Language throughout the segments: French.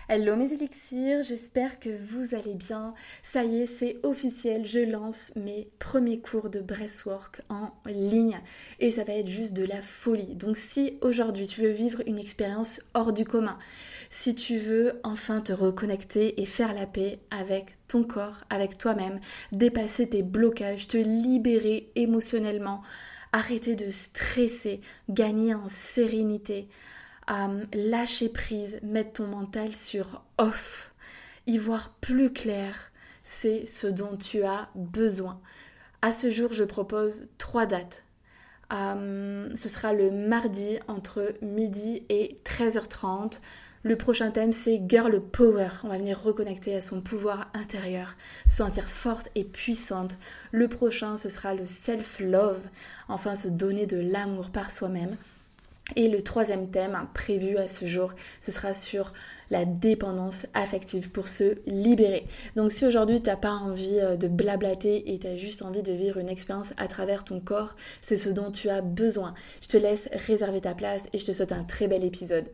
Hello mes élixirs, j'espère que vous allez bien. Ça y est, c'est officiel, je lance mes premiers cours de breathwork en ligne et ça va être juste de la folie. Donc si aujourd'hui tu veux vivre une expérience hors du commun, si tu veux enfin te reconnecter et faire la paix avec ton corps, avec toi-même, dépasser tes blocages, te libérer émotionnellement, arrêter de stresser, gagner en sérénité, lâcher prise, mettre ton mental sur off, y voir plus clair, c'est ce dont tu as besoin. À ce jour, je propose 3 dates. Ce sera le mardi entre midi et 13h30. Le prochain thème, c'est Girl Power. On va venir reconnecter à son pouvoir intérieur, se sentir forte et puissante. Le prochain, ce sera le Self-Love, enfin se donner de l'amour par soi-même. Et le troisième thème prévu à ce jour, ce sera sur la dépendance affective pour se libérer. Donc si aujourd'hui tu n'as pas envie de blablater et tu as juste envie de vivre une expérience à travers ton corps, c'est ce dont tu as besoin. Je te laisse réserver ta place et je te souhaite un très bel épisode.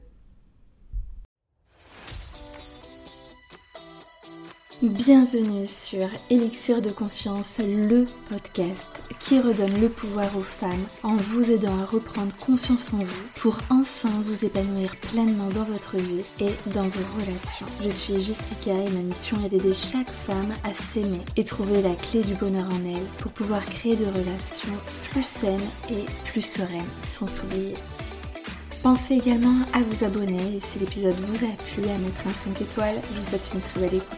Bienvenue sur Élixir de Confiance, le podcast qui redonne le pouvoir aux femmes en vous aidant à reprendre confiance en vous pour enfin vous épanouir pleinement dans votre vie et dans vos relations. Je suis Jessica et ma mission est d'aider chaque femme à s'aimer et trouver la clé du bonheur en elle pour pouvoir créer des relations plus saines et plus sereines sans s'oublier. Pensez également à vous abonner et si l'épisode vous a plu, à mettre un 5 étoiles. Je vous souhaite une très belle écoute.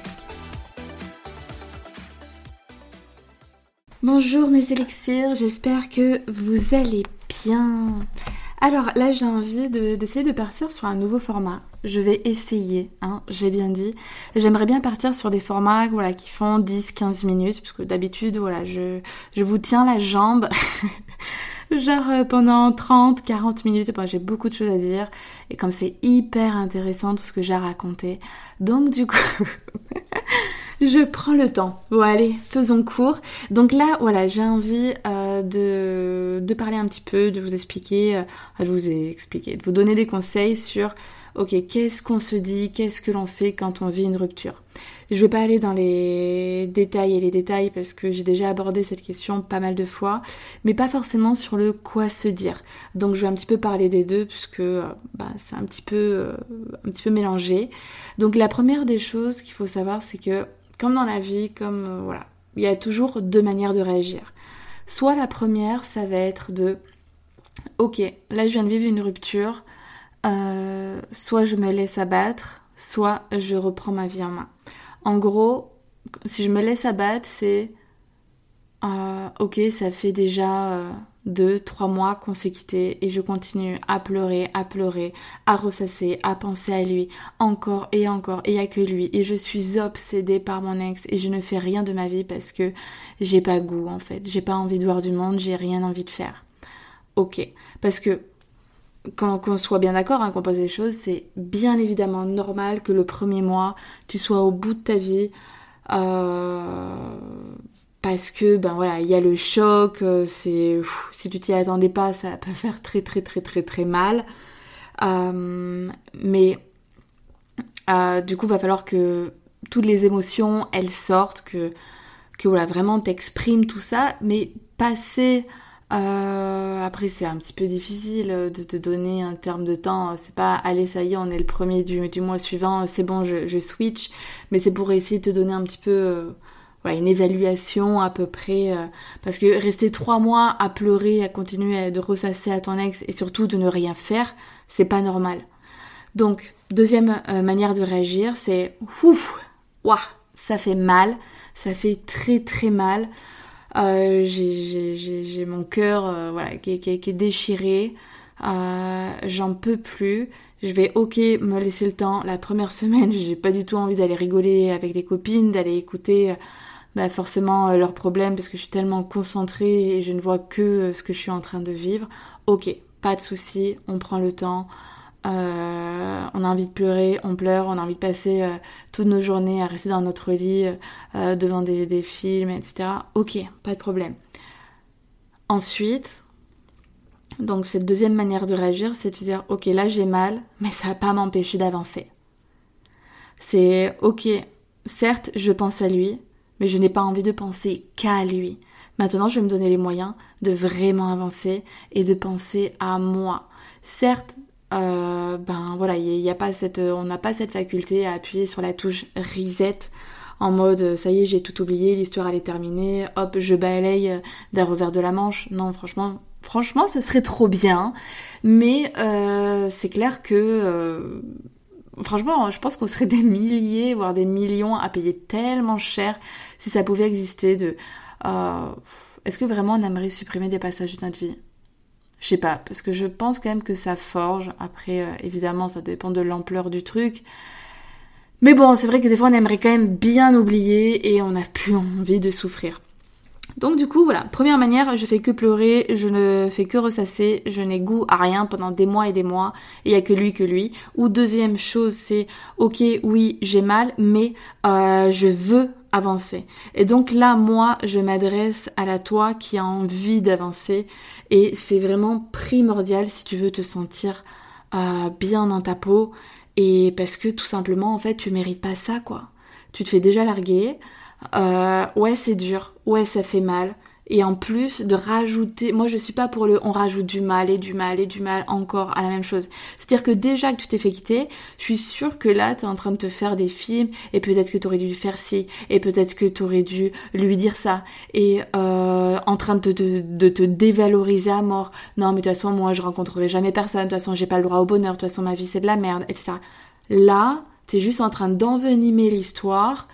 Bonjour mes élixirs, j'espère que vous allez bien. Alors là j'ai envie d'essayer de partir sur un nouveau format. Je vais essayer, j'ai bien dit. J'aimerais bien partir sur des formats qui font 10-15 minutes, parce que d'habitude je vous tiens la jambe. Genre pendant 30-40 minutes, j'ai beaucoup de choses à dire. Et comme c'est hyper intéressant tout ce que j'ai à raconter. Donc du coup... je prends le temps. Bon allez, faisons court. Donc là, j'ai envie de parler un petit peu, de vous expliquer, de vous donner des conseils sur, qu'est-ce qu'on se dit, qu'est-ce que l'on fait quand on vit une rupture. Je vais pas aller dans les détails parce que j'ai déjà abordé cette question pas mal de fois, mais pas forcément sur le quoi se dire. Donc je vais un petit peu parler des deux puisque c'est un petit peu mélangé. Donc la première des choses qu'il faut savoir, c'est que comme dans la vie, il y a toujours deux manières de réagir. Soit la première, ça va être de là je viens de vivre une rupture, soit je me laisse abattre, soit je reprends ma vie en main. En gros, si je me laisse abattre, c'est ça fait déjà 2-3 mois qu'on s'est quitté et je continue à pleurer, à ressasser, à penser à lui encore et encore et il n'y a que lui et je suis obsédée par mon ex et je ne fais rien de ma vie parce que j'ai pas goût en fait, j'ai pas envie de voir du monde, j'ai rien envie de faire. Parce que qu'on soit bien d'accord, qu'on pose les choses, c'est bien évidemment normal que le premier mois tu sois au bout de ta vie parce que il y a le choc, si tu t'y attendais pas, ça peut faire très très très très très mal. Mais du coup, va falloir que toutes les émotions elles sortent, que vraiment t'exprimes tout ça, mais passer après c'est un petit peu difficile de te donner un terme de temps, c'est pas allez ça y est on est le premier du mois suivant, c'est bon je switch, mais c'est pour essayer de te donner un petit peu une évaluation à peu près, parce que rester 3 mois à pleurer, à continuer de ressasser à ton ex et surtout de ne rien faire, c'est pas normal. Donc deuxième manière de réagir, c'est ça fait mal, ça fait très très mal. J'ai mon cœur qui est déchiré, j'en peux plus, je vais me laisser le temps. La première semaine j'ai pas du tout envie d'aller rigoler avec les copines, d'aller écouter forcément leurs problèmes parce que je suis tellement concentrée et je ne vois que ce que je suis en train de vivre. Pas de souci, on prend le temps. On a envie de pleurer, on pleure, on a envie de passer toutes nos journées à rester dans notre lit devant des films, etc. Pas de problème. Ensuite, donc cette deuxième manière de réagir, c'est de dire là j'ai mal, mais ça va pas m'empêcher d'avancer. C'est ok, certes, je pense à lui, mais je n'ai pas envie de penser qu'à lui. Maintenant, je vais me donner les moyens de vraiment avancer et de penser à moi. Certes, voilà, il y a pas on n'a pas cette faculté à appuyer sur la touche reset en mode ça y est, j'ai tout oublié, l'histoire elle est terminée, hop, je balaye d'un revers de la manche. Non, franchement, ça serait trop bien, mais c'est clair que franchement, je pense qu'on serait des milliers, voire des millions à payer tellement cher si ça pouvait exister. Est-ce que vraiment on aimerait supprimer des passages de notre vie ? Je sais pas, parce que je pense quand même que ça forge. Après, évidemment, ça dépend de l'ampleur du truc. Mais bon, c'est vrai que des fois, on aimerait quand même bien oublier et on n'a plus envie de souffrir. Donc du coup, voilà, première manière, je fais que pleurer, je ne fais que ressasser, je n'ai goût à rien pendant des mois et des mois, et il n'y a que lui. Ou deuxième chose, c'est, ok, oui, j'ai mal, mais je veux avancer. Et donc là, moi, je m'adresse à la toi qui a envie d'avancer, et c'est vraiment primordial si tu veux te sentir bien dans ta peau, et parce que tout simplement, en fait, tu mérites pas ça, quoi. Tu te fais déjà larguer. Ouais, c'est dur, ouais, ça fait mal. Et en plus de rajouter, moi je suis pas pour on rajoute du mal et du mal et du mal encore à la même chose. C'est-à-dire que déjà que tu t'es fait quitter, je suis sûre que là t'es en train de te faire des films et peut-être que t'aurais dû faire ci et peut-être que t'aurais dû lui dire ça et en train de te dévaloriser à mort. Non mais de toute façon moi je rencontrerai jamais personne, de toute façon j'ai pas le droit au bonheur, de toute façon ma vie c'est de la merde, etc. Là, t'es juste en train d'envenimer l'histoire.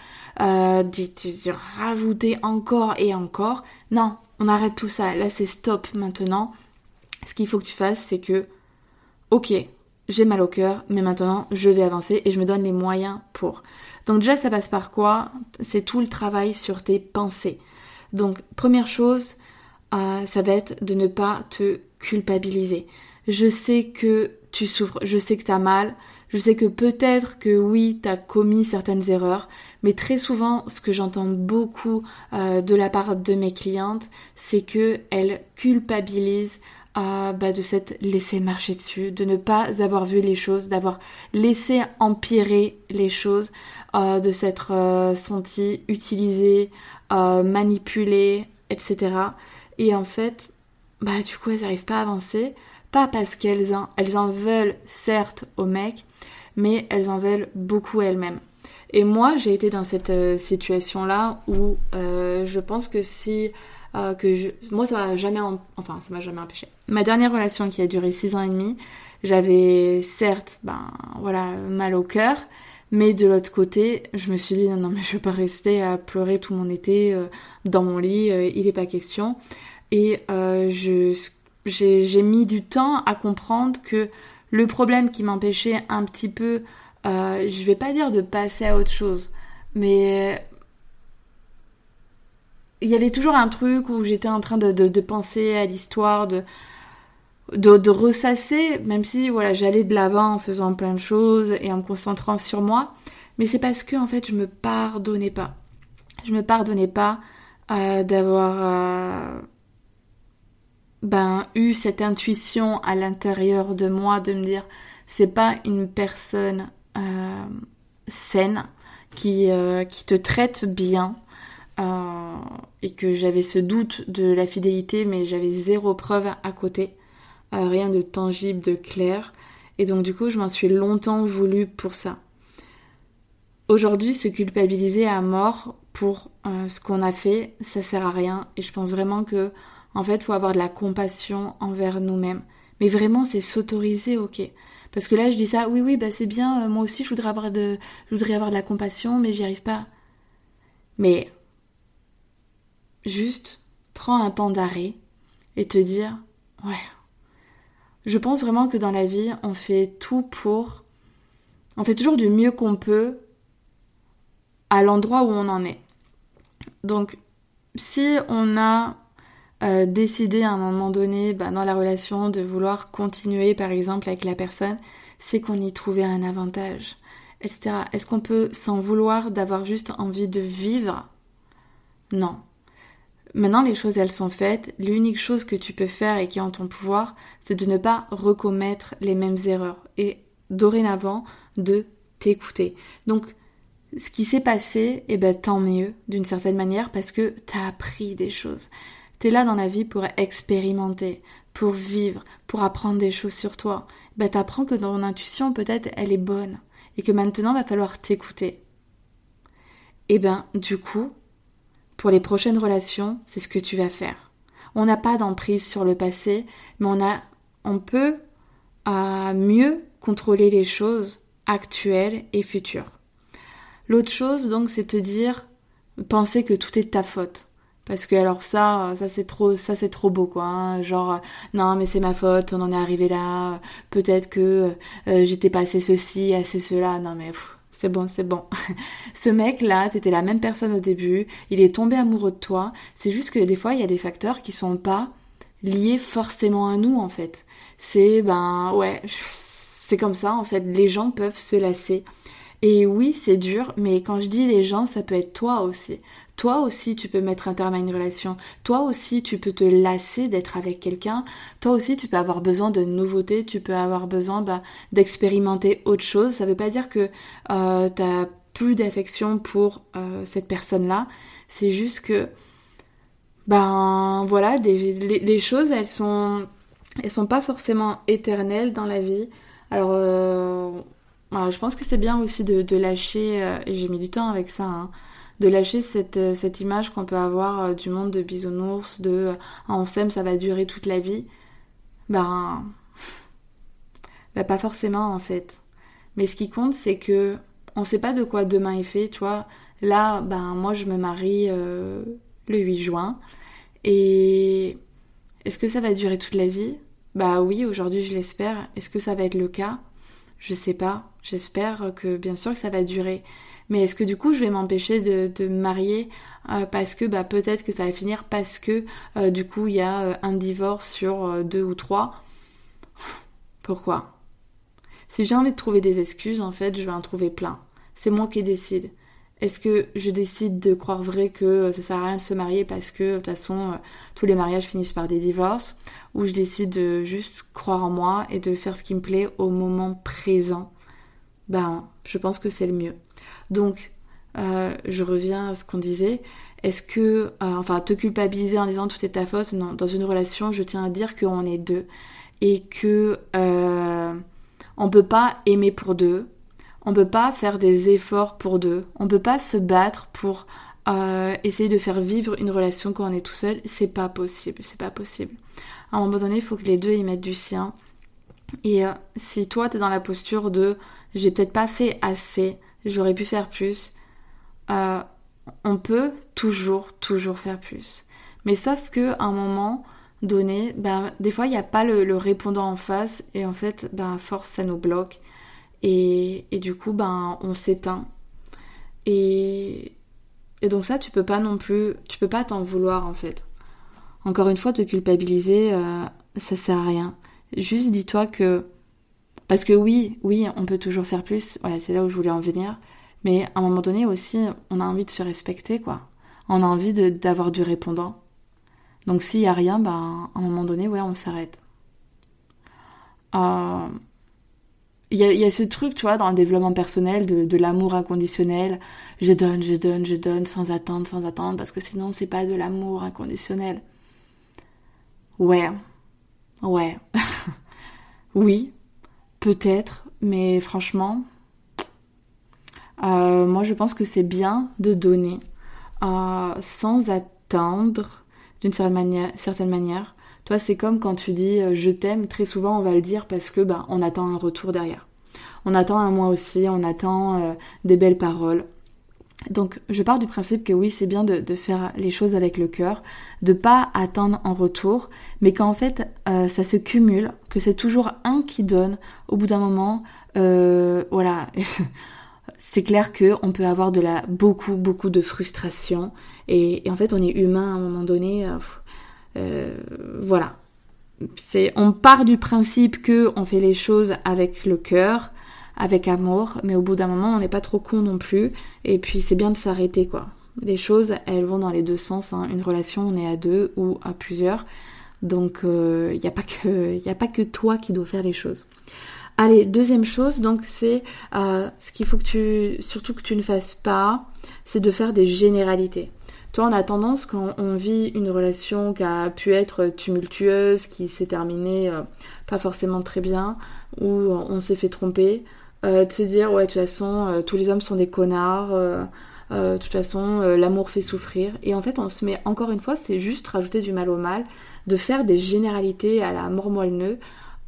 De rajouter encore et encore. Non, on arrête tout ça. Là, c'est stop maintenant. Ce qu'il faut que tu fasses, c'est que, ok, j'ai mal au cœur, mais maintenant, je vais avancer et je me donne les moyens pour. Donc déjà, ça passe par quoi ? C'est tout le travail sur tes pensées. Donc, première chose, ça va être de ne pas te culpabiliser. Je sais que tu souffres, je sais que t'as mal, je sais que peut-être que oui, t'as commis certaines erreurs, mais très souvent, ce que j'entends beaucoup de la part de mes clientes, c'est qu'elles culpabilisent de s'être laissé marcher dessus, de ne pas avoir vu les choses, d'avoir laissé empirer les choses, de s'être sentie utilisée, manipulée, etc. Et en fait, du coup, elles n'arrivent pas à avancer, pas parce qu'elles en veulent certes au mec, mais elles en veulent beaucoup elles-mêmes. Et moi, j'ai été dans cette situation-là où je pense que moi, ça m'a jamais empêché. Ma dernière relation qui a duré 6 ans et demi, j'avais certes, mal au cœur, mais de l'autre côté, je me suis dit non, mais je vais pas rester à pleurer tout mon été dans mon lit, il est pas question. Et j'ai mis du temps à comprendre que le problème qui m'empêchait un petit peu, je vais pas dire de passer à autre chose, mais il y avait toujours un truc où j'étais en train de penser à l'histoire, de ressasser, même si voilà, j'allais de l'avant en faisant plein de choses et en me concentrant sur moi, mais c'est parce que en fait je me pardonnais pas. Je me pardonnais pas d'avoir eu cette intuition à l'intérieur de moi de me dire c'est pas une personne saine qui te traite bien, et que j'avais ce doute de la fidélité, mais j'avais zéro preuve à côté, rien de tangible, de clair, et donc du coup je m'en suis longtemps voulu pour ça. Aujourd'hui, se culpabiliser à mort pour ce qu'on a fait, ça sert à rien, et je pense vraiment que en fait, il faut avoir de la compassion envers nous-mêmes. Mais vraiment, c'est s'autoriser, ok. Parce que là, je dis ça, oui, c'est bien, moi aussi, je voudrais avoir de la compassion, mais j'y arrive pas. Mais juste, prends un temps d'arrêt et te dire, ouais, je pense vraiment que dans la vie, on fait toujours du mieux qu'on peut à l'endroit où on en est. Donc, si on a décider à un moment donné dans la relation de vouloir continuer par exemple avec la personne, c'est qu'on y trouvait un avantage, etc. Est-ce qu'on peut s'en vouloir d'avoir juste envie de vivre ? Non. Maintenant les choses elles sont faites, l'unique chose que tu peux faire et qui est en ton pouvoir, c'est de ne pas recommettre les mêmes erreurs et dorénavant de t'écouter. Donc ce qui s'est passé, eh ben tant mieux d'une certaine manière parce que t'as appris des choses. T'es là dans la vie pour expérimenter, pour vivre, pour apprendre des choses sur toi. Ben t'apprends que ton intuition peut-être elle est bonne et que maintenant va falloir t'écouter. Et ben du coup, pour les prochaines relations, c'est ce que tu vas faire. On n'a pas d'emprise sur le passé, mais on peut mieux contrôler les choses actuelles et futures. L'autre chose, donc, c'est te dire, penser que tout est de ta faute. Parce que alors ça c'est trop beau quoi. Hein. Genre non mais c'est ma faute, on en est arrivé là. Peut-être que j'étais pas assez ceci, assez cela. Non mais c'est bon. Ce mec là, t'étais la même personne au début. Il est tombé amoureux de toi. C'est juste que des fois il y a des facteurs qui sont pas liés forcément à nous en fait. C'est c'est comme ça en fait. Les gens peuvent se lasser. Et oui, c'est dur, mais quand je dis les gens, ça peut être toi aussi. Toi aussi, tu peux mettre un terme à une relation. Toi aussi, tu peux te lasser d'être avec quelqu'un. Toi aussi, tu peux avoir besoin de nouveautés. Tu peux avoir besoin d'expérimenter autre chose. Ça veut pas dire que t'as plus d'affection pour cette personne-là. C'est juste que, voilà, les choses, elles sont pas forcément éternelles dans la vie. Alors, voilà, je pense que c'est bien aussi de lâcher, et j'ai mis du temps avec ça, hein, de lâcher cette image qu'on peut avoir du monde de bisounours, on s'aime, ça va durer toute la vie. Pas forcément en fait. Mais ce qui compte, c'est que on sait pas de quoi demain est fait, tu vois. Là, moi je me marie le 8 juin. Et est-ce que ça va durer toute la vie ? Bah oui, aujourd'hui je l'espère. Est-ce que ça va être le cas ? Je sais pas. J'espère que bien sûr que ça va durer. Mais est-ce que du coup je vais m'empêcher de me marier parce que peut-être que ça va finir parce que du coup il y a un divorce sur 2 ou 3 ? Pourquoi ? Si j'ai envie de trouver des excuses, en fait, je vais en trouver plein. C'est moi qui décide. Est-ce que je décide de croire vrai que ça sert à rien de se marier parce que de toute façon tous les mariages finissent par des divorces, ou je décide de juste croire en moi et de faire ce qui me plaît au moment présent ? Je pense que c'est le mieux. Donc, je reviens à ce qu'on disait. Est-ce que, te culpabiliser en disant tout est ta faute ? Non, dans une relation, je tiens à dire qu'on est deux et que on peut pas aimer pour deux. On peut pas faire des efforts pour deux. On peut pas se battre pour essayer de faire vivre une relation quand on est tout seul. C'est pas possible. À un moment donné, il faut que les deux y mettent du sien. Et si toi, t'es dans la posture de « j'ai peut-être pas fait assez, j'aurais pu faire plus », on peut toujours faire plus. Mais sauf que à un moment donné, des fois, il n'y a pas le répondant en face. Et en fait, à force, ça nous bloque. Et du coup, on s'éteint. Et donc ça, tu peux pas t'en vouloir en fait. Encore une fois, te culpabiliser, ça sert à rien. Juste dis-toi que... Parce que oui, on peut toujours faire plus. Voilà, c'est là où je voulais en venir. Mais à un moment donné aussi, on a envie de se respecter, quoi. On a envie d'avoir du répondant. Donc s'il y a rien, à un moment donné, on s'arrête. Il y a ce truc, tu vois, dans le développement personnel de l'amour inconditionnel. Je donne sans attendre, parce que sinon c'est pas de l'amour inconditionnel. Ouais. Oui, peut-être, mais franchement, moi je pense que c'est bien de donner sans attendre d'une certaine manière. Toi, c'est comme quand tu dis je t'aime, très souvent on va le dire parce que on attend un retour derrière. On attend un moi aussi, on attend des belles paroles. Donc je pars du principe que oui, c'est bien de faire les choses avec le cœur, de pas attendre en retour, mais qu'en fait ça se cumule, que c'est toujours un qui donne. Au bout d'un moment, voilà, c'est clair qu'on peut avoir beaucoup de frustration, et en fait on est humain à un moment donné. Voilà. On part du principe que on fait les choses avec le cœur, avec amour, mais au bout d'un moment, on n'est pas trop con non plus. Et puis, c'est bien de s'arrêter, quoi. Les choses, elles vont dans les deux sens. Hein. Une relation, on est à deux ou à plusieurs. Donc, il n'y a pas que toi qui dois faire les choses. Allez, deuxième chose, donc c'est ce qu'il faut surtout que tu ne fasses pas, c'est de faire des généralités. Toi, on a tendance, quand on vit une relation qui a pu être tumultueuse, qui s'est terminée pas forcément très bien, où on s'est fait tromper, de se dire, ouais, de toute façon, tous les hommes sont des connards, de toute façon, l'amour fait souffrir. Et en fait, on se met, encore une fois, c'est juste rajouter du mal au mal, de faire des généralités à la mort moelle nœud.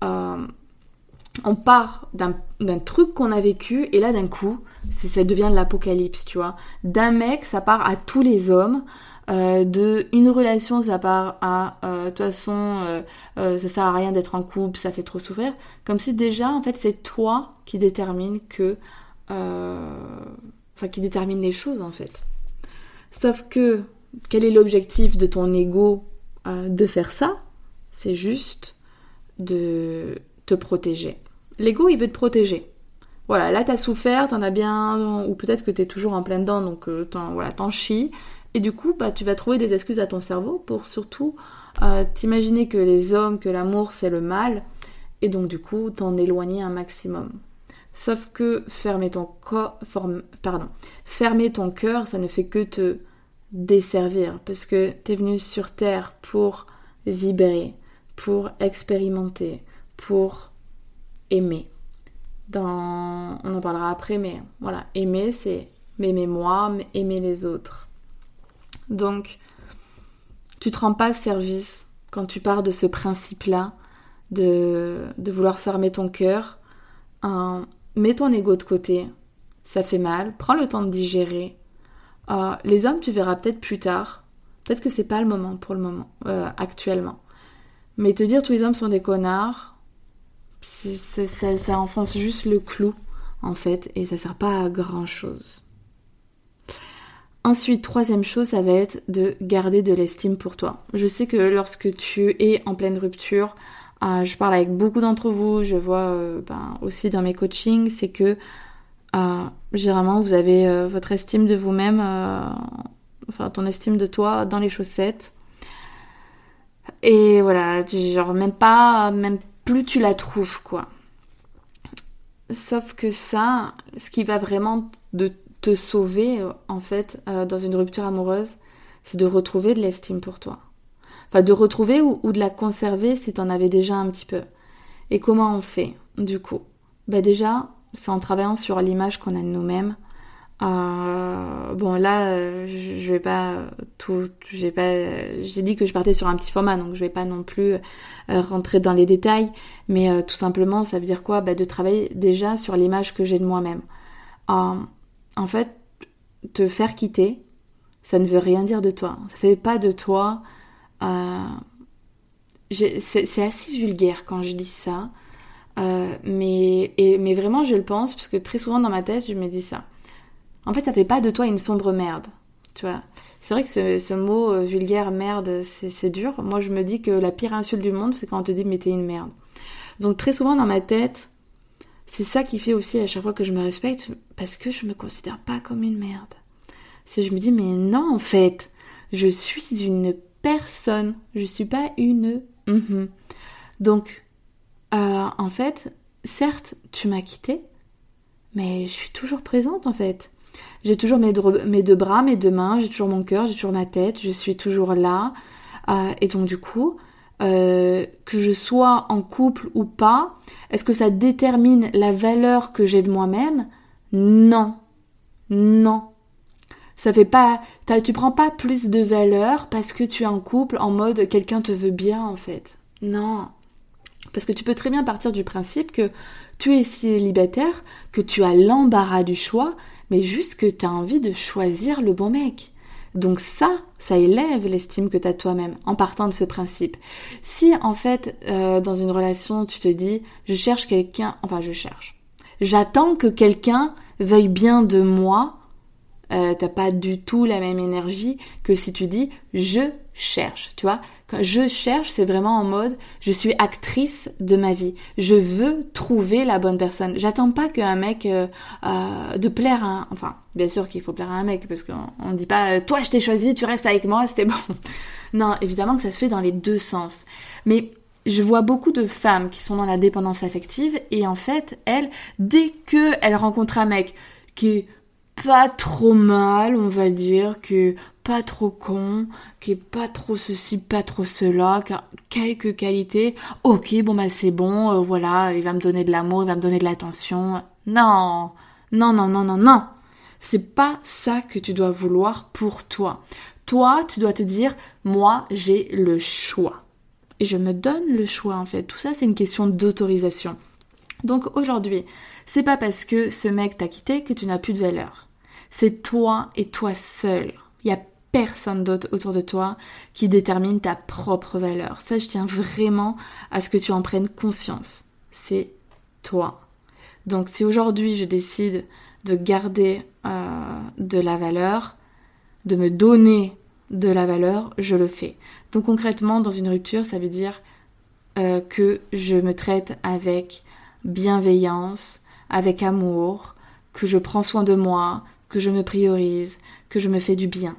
On part d'un truc qu'on a vécu, et là, d'un coup, ça devient de l'apocalypse, tu vois. D'un mec, ça part à tous les hommes. De une relation, ça part à de toute façon, ça sert à rien d'être en couple, ça fait trop souffrir. Comme si déjà, en fait, c'est toi qui détermine qui détermine les choses, en fait. Sauf que, quel est l'objectif de ton ego de faire ça? C'est juste de te protéger. L'ego, il veut te protéger. Voilà, là, t'as souffert, t'en as bien... Ou peut-être que t'es toujours en plein dedans, donc t'en chies. Et du coup, tu vas trouver des excuses à ton cerveau pour surtout t'imaginer que les hommes, que l'amour, c'est le mal. Et donc, du coup, t'en éloigner un maximum. Sauf que fermer ton cœur, ça ne fait que te desservir. Parce que t'es venu sur Terre pour vibrer, pour expérimenter, pour aimer. On en parlera après, mais voilà, aimer, c'est m'aimer moi, mais aimer les autres. Donc, tu te rends pas service quand tu pars de ce principe-là de vouloir fermer ton cœur. Mets ton ego de côté, ça fait mal, prends le temps de digérer. Les hommes, tu verras peut-être plus tard. Peut-être que c'est pas le moment pour le moment, actuellement. Mais te dire tous les hommes sont des connards, ça enfonce juste le clou, en fait, et ça sert pas à grand-chose. Ensuite, troisième chose, ça va être de garder de l'estime pour toi. Je sais que lorsque tu es en pleine rupture, je parle avec beaucoup d'entre vous, je vois aussi dans mes coachings, c'est que généralement vous avez votre estime de vous-même, ton estime de toi dans les chaussettes. Et voilà, genre même plus tu la trouves, quoi. Sauf que ça, ce qui va vraiment te sauver, en fait, dans une rupture amoureuse, c'est de retrouver de l'estime pour toi. Enfin, de retrouver ou de la conserver si t'en avais déjà un petit peu. Et comment on fait, du coup? Déjà, c'est en travaillant sur l'image qu'on a de nous-mêmes. J'ai dit que je partais sur un petit format, donc je vais pas non plus rentrer dans les détails, mais tout simplement, ça veut dire quoi? De travailler déjà sur l'image que j'ai de moi-même. En fait, te faire quitter, ça ne veut rien dire de toi. Ça fait pas de toi... c'est assez vulgaire quand je dis ça, mais vraiment je le pense, parce que très souvent dans ma tête, je me dis ça. En fait, ça fait pas de toi une sombre merde, tu vois. C'est vrai que ce mot vulgaire, merde, c'est dur. Moi, je me dis que la pire insulte du monde, c'est quand on te dit « mais t'es une merde ». Donc très souvent dans ma tête, c'est ça qui fait aussi à chaque fois que je me respecte, parce que je me considère pas comme une merde. Je me dis « mais non, en fait, je suis une personne, je suis pas une... » Donc, en fait, certes, tu m'as quittée, mais je suis toujours présente, en fait. J'ai toujours mes deux bras, mes deux mains, j'ai toujours mon cœur, j'ai toujours ma tête, je suis toujours là. Et donc du coup, que je sois en couple ou pas, est-ce que ça détermine la valeur que j'ai de moi-même? Non. Non. Ça fait pas... Tu prends pas plus de valeur parce que tu es en couple en mode quelqu'un te veut bien, en fait. Non. Parce que tu peux très bien partir du principe que tu es célibataire, que tu as l'embarras du choix, mais juste que tu as envie de choisir le bon mec. Donc ça élève l'estime que tu as de toi-même, en partant de ce principe. Si, en fait, dans une relation, tu te dis, j'attends que quelqu'un veuille bien de moi, t'as pas du tout la même énergie que si tu dis, je cherche, tu vois. Quand je cherche, c'est vraiment en mode, je suis actrice de ma vie. Je veux trouver la bonne personne. J'attends pas qu'un mec, de plaire à un... Enfin, bien sûr qu'il faut plaire à un mec, parce qu'on dit pas, toi je t'ai choisi, tu restes avec moi, c'était bon. Non, évidemment que ça se fait dans les deux sens. Mais je vois beaucoup de femmes qui sont dans la dépendance affective et en fait, elles, dès qu'elles rencontrent un mec qui est pas trop mal, on va dire, qui est pas trop con, qui est pas trop ceci, pas trop cela, qui a quelques qualités, ok, bon bah c'est bon, voilà, il va me donner de l'amour, il va me donner de l'attention. Non, non, non, non, non, non. C'est pas ça que tu dois vouloir pour toi. Toi, tu dois te dire, moi, j'ai le choix. Et je me donne le choix, en fait. Tout ça, c'est une question d'autorisation. Donc aujourd'hui, c'est pas parce que ce mec t'a quitté que tu n'as plus de valeur. C'est toi et toi seul. Il y a personne d'autre autour de toi qui détermine ta propre valeur. Ça, je tiens vraiment à ce que tu en prennes conscience. C'est toi. Donc si aujourd'hui je décide de garder de la valeur, de me donner de la valeur, je le fais. Donc concrètement, dans une rupture, ça veut dire que je me traite avec bienveillance, avec amour, que je prends soin de moi, que je me priorise, que je me fais du bien.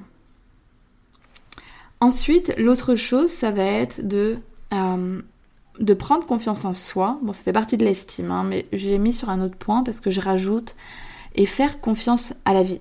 Ensuite, l'autre chose, ça va être de prendre confiance en soi. Bon, ça fait partie de l'estime, hein, mais j'ai mis sur un autre point parce que je rajoute et faire confiance à la vie.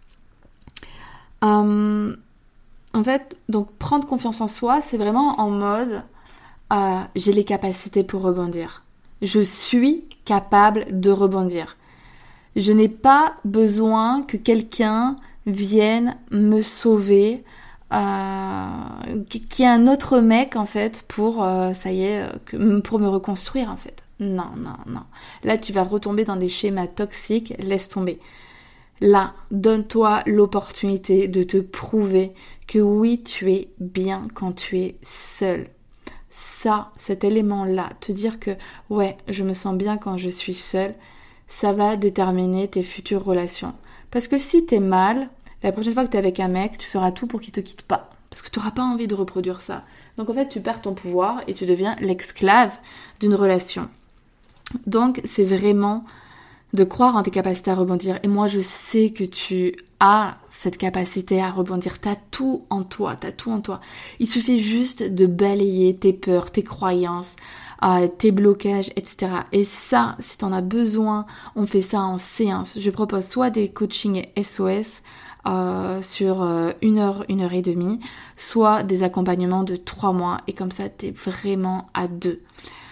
En fait, donc prendre confiance en soi, c'est vraiment en mode j'ai les capacités pour rebondir. Je suis capable de rebondir. Je n'ai pas besoin que quelqu'un vienne me sauver, qu'il y ait un autre mec en fait pour, pour me reconstruire en fait. Non, non, non. Là, tu vas retomber dans des schémas toxiques, laisse tomber. Là, donne-toi l'opportunité de te prouver que oui, tu es bien quand tu es seul. Ça, cet élément-là, te dire que ouais, je me sens bien quand je suis seule, ça va déterminer tes futures relations. Parce que si t'es mal, la prochaine fois que t'es avec un mec, tu feras tout pour qu'il te quitte pas. Parce que tu n'auras pas envie de reproduire ça. Donc en fait, tu perds ton pouvoir et tu deviens l'esclave d'une relation. Donc c'est vraiment de croire en tes capacités à rebondir. Et moi, je sais que tu as cette capacité à rebondir. T'as tout en toi, t'as tout en toi. Il suffit juste de balayer tes peurs, tes croyances, tes blocages, etc. Et ça, si t'en as besoin, on fait ça en séance. Je propose soit des coachings SOS sur 1 heure, 1 heure et demie, soit des accompagnements de 3 mois. Et comme ça, t'es vraiment à 2.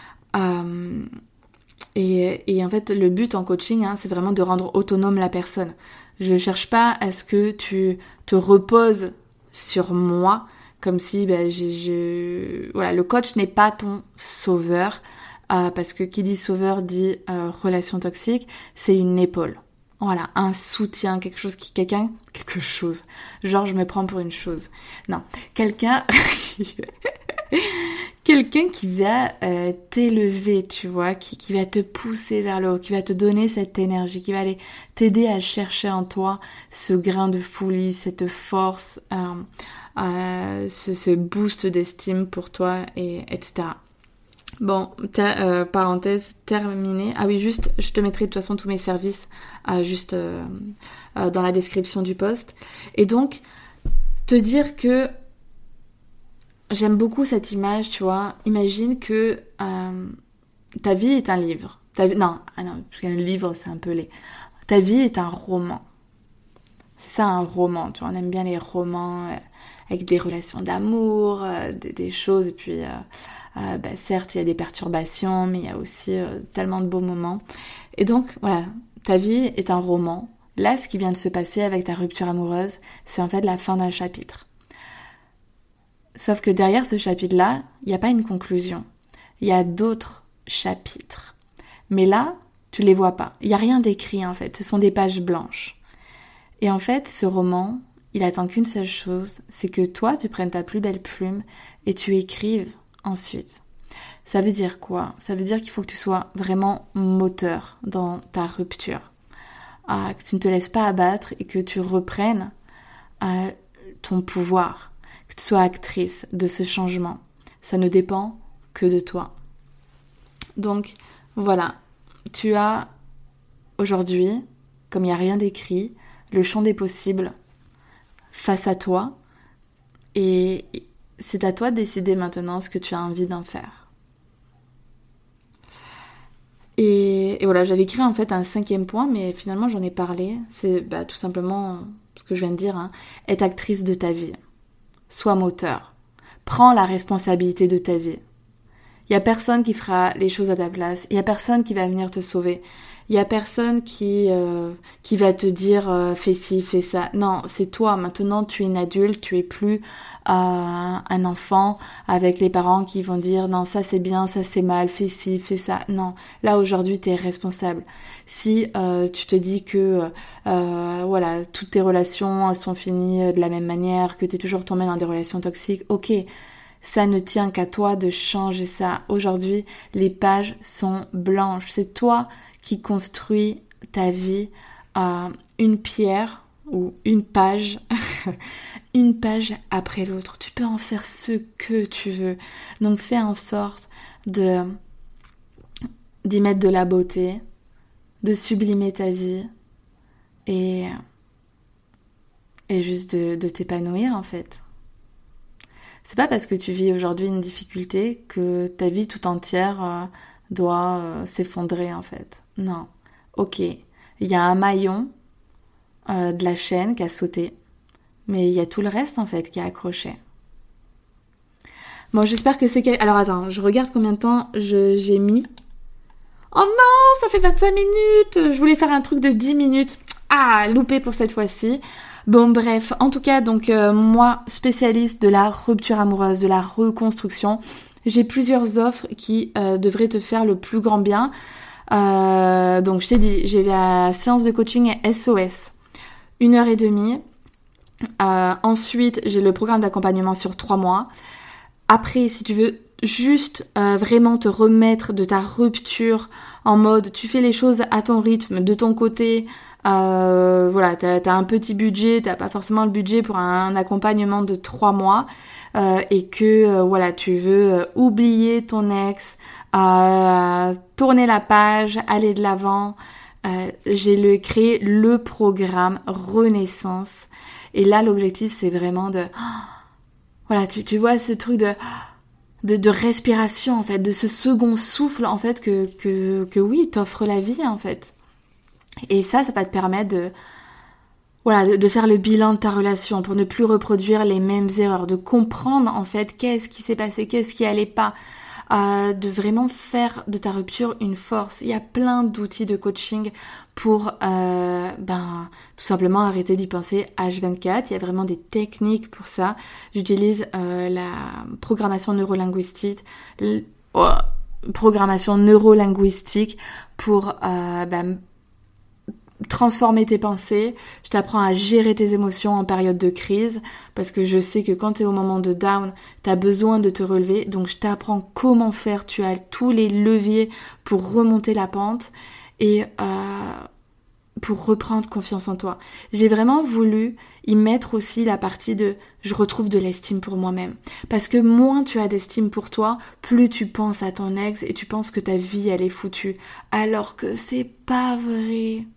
Et en fait, le but en coaching, c'est vraiment de rendre autonome la personne. Je ne cherche pas à ce que tu te reposes sur moi, comme si voilà, le coach n'est pas ton sauveur, parce que qui dit sauveur dit relation toxique, c'est une épaule. Voilà, un soutien, quelque chose. Genre, je me prends pour une chose. Non, quelqu'un qui va t'élever, tu vois, qui va te pousser vers le haut, qui va te donner cette énergie, qui va aller t'aider à chercher en toi ce grain de folie, cette force, ce boost d'estime pour toi, etc. Bon, parenthèse terminée. Ah oui, juste, je te mettrai de toute façon tous mes services dans la description du post. Et donc, te dire que j'aime beaucoup cette image, tu vois. Imagine que ta vie est un livre. Non, parce qu'un livre, c'est un peu laid. Ta vie est un roman. C'est ça, un roman. Tu vois, on aime bien les romans avec des relations d'amour, des choses. Et puis, certes, il y a des perturbations, mais il y a aussi tellement de beaux moments. Et donc, voilà, ta vie est un roman. Là, ce qui vient de se passer avec ta rupture amoureuse, c'est en fait la fin d'un chapitre. Sauf que derrière ce chapitre-là, il n'y a pas une conclusion. Il y a d'autres chapitres. Mais là, tu les vois pas. Il n'y a rien d'écrit en fait. Ce sont des pages blanches. Et en fait, ce roman, il attend qu'une seule chose, c'est que toi, tu prennes ta plus belle plume et tu écrives ensuite. Ça veut dire quoi ? Ça veut dire qu'il faut que tu sois vraiment moteur dans ta rupture. Que tu ne te laisses pas abattre et que tu reprennes ton pouvoir. Que tu sois actrice de ce changement. Ça ne dépend que de toi. Donc, voilà. Tu as aujourd'hui, comme il n'y a rien d'écrit, le champ des possibles face à toi. Et c'est à toi de décider maintenant ce que tu as envie d'en faire. Et voilà, j'avais écrit en fait un 5e point, mais finalement j'en ai parlé. C'est tout simplement ce que je viens de dire, hein. Être actrice de ta vie. Sois moteur. Prends la responsabilité de ta vie. Il y a personne qui fera les choses à ta place. Il y a personne qui va venir te sauver. Il y a personne qui va te dire fais ci, fais ça. Non, c'est toi. Maintenant, tu es une adulte. Tu es plus un enfant avec les parents qui vont dire non, ça c'est bien, ça c'est mal, fais ci, fais ça. Non, là aujourd'hui, tu es responsable. Si tu te dis que voilà, toutes tes relations sont finies de la même manière, que tu es toujours tombé dans des relations toxiques, ok. Ça ne tient qu'à toi de changer ça. Aujourd'hui, les pages sont blanches. C'est toi qui construis ta vie une pierre ou une page, une page après l'autre. Tu peux en faire ce que tu veux. Donc fais en sorte d'y mettre de la beauté, de sublimer ta vie et juste de t'épanouir en fait. C'est pas parce que tu vis aujourd'hui une difficulté que ta vie tout entière doit s'effondrer en fait. Non. Ok, il y a un maillon de la chaîne qui a sauté, mais il y a tout le reste en fait qui a accroché. Bon, j'espère que c'est... Alors attends, je regarde combien de temps j'ai mis. Oh non, ça fait 25 minutes. Je voulais faire un truc de 10 minutes. Ah, loupé pour cette fois-ci. Bon bref, en tout cas, donc moi, spécialiste de la rupture amoureuse, de la reconstruction, j'ai plusieurs offres qui devraient te faire le plus grand bien. Donc je t'ai dit, j'ai la séance de coaching SOS, 1h30. Ensuite, j'ai le programme d'accompagnement sur 3 mois. Après, si tu veux juste vraiment te remettre de ta rupture en mode, tu fais les choses à ton rythme, de ton côté... voilà, t'as un petit budget, t'as pas forcément le budget pour un accompagnement de 3 mois et que voilà, tu veux oublier ton ex, tourner la page, aller de l'avant. J'ai créé le programme Renaissance et là l'objectif c'est vraiment de voilà, tu vois ce truc de respiration en fait, de ce second souffle en fait que oui, t'offre la vie en fait. Et ça va te permettre de faire le bilan de ta relation pour ne plus reproduire les mêmes erreurs, de comprendre en fait qu'est-ce qui s'est passé, qu'est-ce qui allait pas, de vraiment faire de ta rupture une force. Il y a plein d'outils de coaching pour tout simplement arrêter d'y penser H24. Il y a vraiment des techniques pour ça. J'utilise la programmation neurolinguistique. Pour transformer tes pensées, je t'apprends à gérer tes émotions en période de crise parce que je sais que quand tu es au moment de down, tu as besoin de te relever, donc je t'apprends comment faire, tu as tous les leviers pour remonter la pente et pour reprendre confiance en toi. J'ai vraiment voulu y mettre aussi la partie de je retrouve de l'estime pour moi-même parce que moins tu as d'estime pour toi, plus tu penses à ton ex et tu penses que ta vie elle est foutue alors que c'est pas vrai.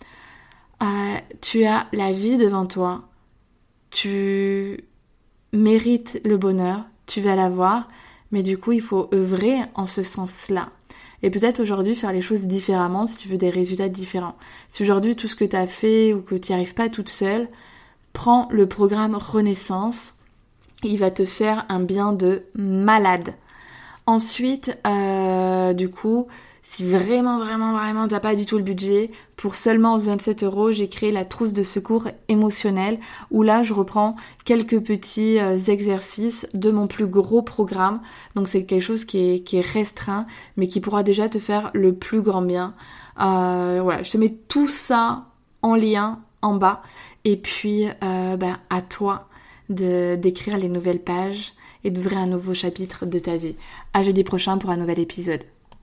Tu as la vie devant toi, tu mérites le bonheur, tu vas l'avoir, mais du coup il faut œuvrer en ce sens-là. Et peut-être aujourd'hui faire les choses différemment si tu veux des résultats différents. Si aujourd'hui tout ce que tu as fait ou que tu n'y arrives pas toute seule, prends le programme Renaissance, il va te faire un bien de malade. Ensuite, du coup... Si vraiment t'as pas du tout le budget, pour seulement 27 €, j'ai créé la trousse de secours émotionnel où là je reprends quelques petits exercices de mon plus gros programme. Donc c'est quelque chose qui est restreint mais qui pourra déjà te faire le plus grand bien. Voilà, je te mets tout ça en lien en bas et puis à toi d'écrire les nouvelles pages et d'ouvrir un nouveau chapitre de ta vie. À jeudi prochain pour un nouvel épisode.